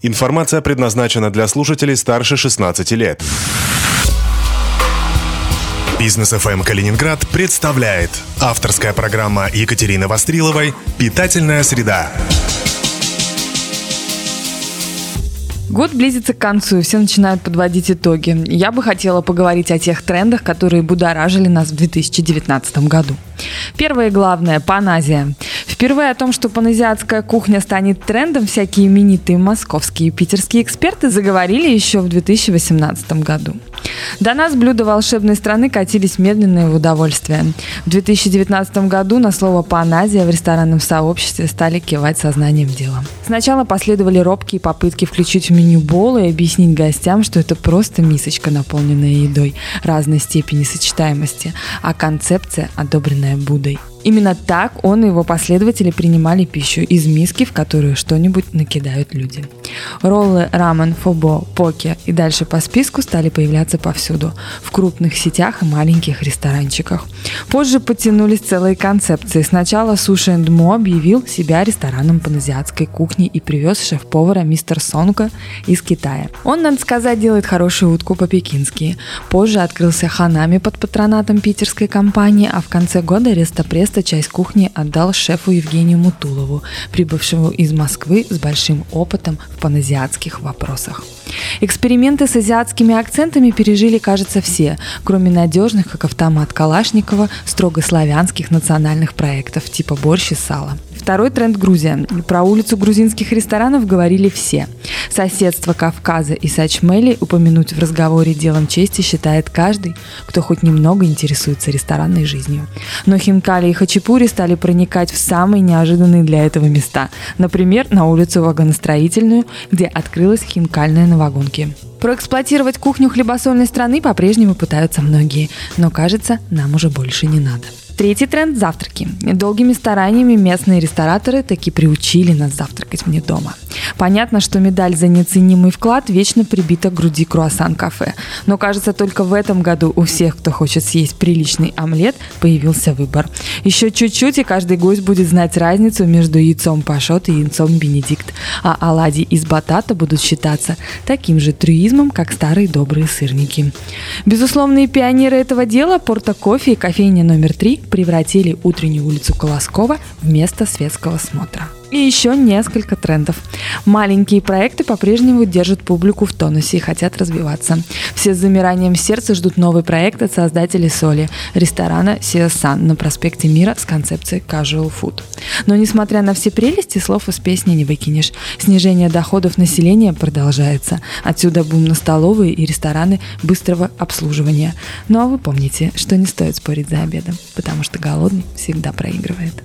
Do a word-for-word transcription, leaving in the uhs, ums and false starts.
Информация предназначена для слушателей старше шестнадцати лет. Бизнес эф эм Калининград представляет авторская программа Екатерины Востриловой «Питательная среда». Год близится к концу, и все начинают подводить итоги. Я бы хотела поговорить о тех трендах, которые будоражили нас в две тысячи девятнадцатом году. Первое и главное – паназия. Впервые о том, что паназиатская кухня станет трендом, всякие именитые московские и питерские эксперты заговорили еще в две тысячи восемнадцатом году. До нас блюда волшебной страны катились медленно и в удовольствие. В две тысячи девятнадцатом году на слово «паназия» в ресторанном сообществе стали кивать сознанием дела. Сначала последовали робкие попытки включить в меню болы и объяснить гостям, что это просто мисочка, наполненная едой разной степени сочетаемости, а концепция, одобренная Буддой. Именно так он и его последователи принимали пищу из миски, в которую что-нибудь накидают люди. Роллы, рамен, фобо, поке и дальше по списку стали появляться повсюду, в крупных сетях и маленьких ресторанчиках. Позже подтянулись целые концепции. Сначала Суши энд Мо объявил себя рестораном паназиатской кухни и привез шеф-повара мистер Сонга из Китая. Он, надо сказать, делает хорошую утку по-пекински. Позже открылся Ханами под патронатом питерской компании, а в конце года Ресто Престо часть кухни отдал шефу Евгению Мутулову, прибывшему из Москвы с большим опытом в паназиатских вопросах. Эксперименты с азиатскими акцентами пережили, кажется, все, кроме надежных, как автомат Калашникова, строго славянских национальных проектов типа борщ и сало. Второй тренд – Грузия. Про улицу грузинских ресторанов говорили все. Соседство Кавказа и Сачмели упомянуть в разговоре делом чести считает каждый, кто хоть немного интересуется ресторанной жизнью. Но хинкали и хачапури стали проникать в самые неожиданные для этого места. Например, на улицу Вагоностроительную, где открылась хинкальная на вагонке. Проэксплуатировать кухню хлебосольной страны по-прежнему пытаются многие, но, кажется, нам уже больше не надо. Третий тренд – завтраки. Долгими стараниями местные рестораторы таки приучили нас завтракать вне дома. Понятно, что медаль за неоценимый вклад вечно прибита к груди круассан-кафе. Но, кажется, только в этом году у всех, кто хочет съесть приличный омлет, появился выбор. Еще чуть-чуть, и каждый гость будет знать разницу между яйцом пашот и яйцом бенедикт. А оладьи из батата будут считаться таким же трюизмом, как старые добрые сырники. Безусловные пионеры этого дела, Порто Кофе и кофейня номер три, превратили утреннюю улицу Колоскова в место светского смотра. И еще несколько трендов. Маленькие проекты по-прежнему держат публику в тонусе и хотят развиваться. Все с замиранием сердца ждут новый проект от создателей соли – ресторана Сиосан на проспекте Мира с концепцией Casual Food. Но несмотря на все прелести, слов из песни не выкинешь. Снижение доходов населения продолжается. Отсюда бум на столовые и рестораны быстрого обслуживания. Ну а вы помните, что не стоит спорить за обедом, потому что голодный всегда проигрывает.